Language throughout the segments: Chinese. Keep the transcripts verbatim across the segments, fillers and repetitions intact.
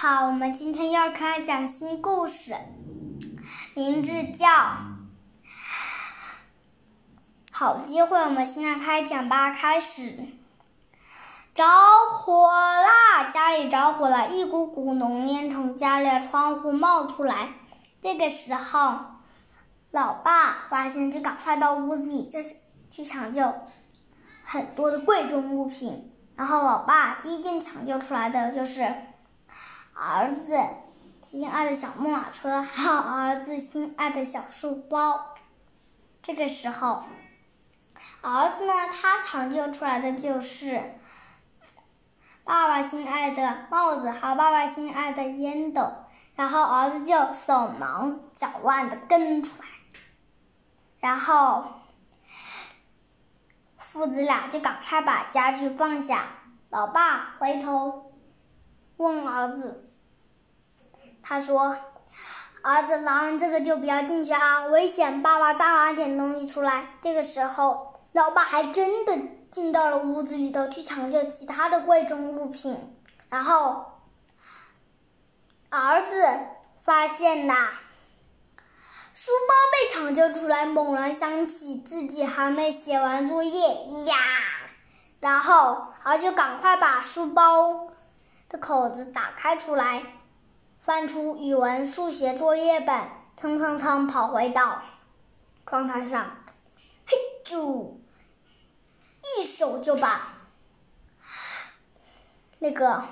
好，我们今天要开讲新故事，名字叫《好机会》。我们现在开讲吧，开始。着火啦！家里着火了，一股股浓烟从家里的窗户冒出来。这个时候，老爸发现，就赶快到屋子里去抢救很多的贵重物品。然后，老爸第一件抢救出来的就是儿子心爱的小木马车，还有儿子心爱的小书包。这个时候，儿子呢，他抢救出来的就是爸爸心爱的帽子，还有爸爸心爱的烟斗。然后儿子就手忙脚乱的跟出来，然后父子俩就赶快把家具放下。老爸回头问儿子，他说：“儿子，拿完这个就不要进去啊，危险！爸爸再拿点东西出来。”这个时候，老爸还真的进到了屋子里头去抢救其他的贵重物品。然后，儿子发现呐，书包被抢救出来，猛然想起自己还没写完作业呀，然后儿子就赶快把书包的口子打开出来，翻出语文、数学作业本，蹭蹭蹭跑回到窗台上，嘿啾，一手就把那个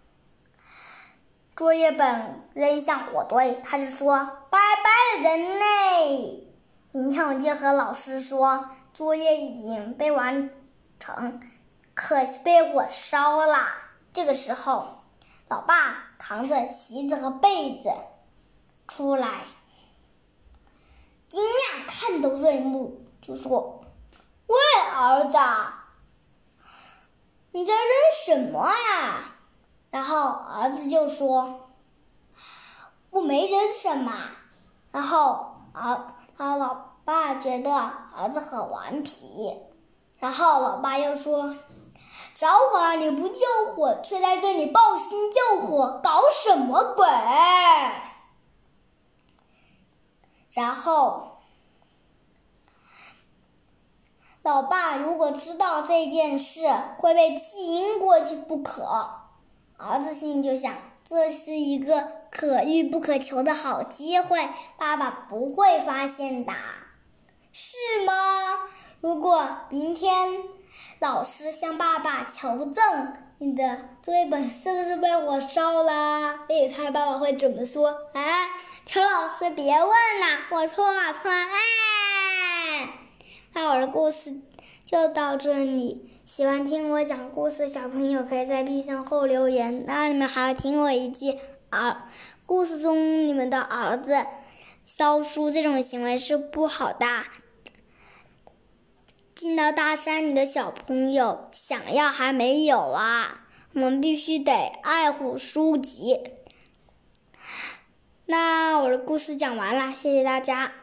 作业本扔向火堆。他就说：“拜拜了人类，明天我就和老师说作业已经被完成，可惜被火烧了。”这个时候，老爸扛着席子和被子出来，惊讶看到这一幕，就说：“喂，儿子，你在扔什么啊？”然后儿子就说：“我没扔什么。”然后儿，然后老爸觉得儿子很顽皮，然后老爸又说：“着火了，你不救火，却在这里抱薪救火，搞什么鬼？”然后，老爸如果知道这件事，会被气晕过去不可。儿子心里就想，这是一个可遇不可求的好机会，爸爸不会发现的，是吗？如果明天老师向爸爸求证你的作业本是不是被火烧了，你猜爸爸会怎么说？哎，求老师别问了，我错了错了。哎，那我的故事就到这里。喜欢听我讲故事，小朋友可以在闭上后留言。那你们还要听我一句儿故事中，你们的儿子烧书这种行为是不好的。进到大山里的小朋友，想要还没有啊，我们必须得爱护书籍。那我的故事讲完了，谢谢大家。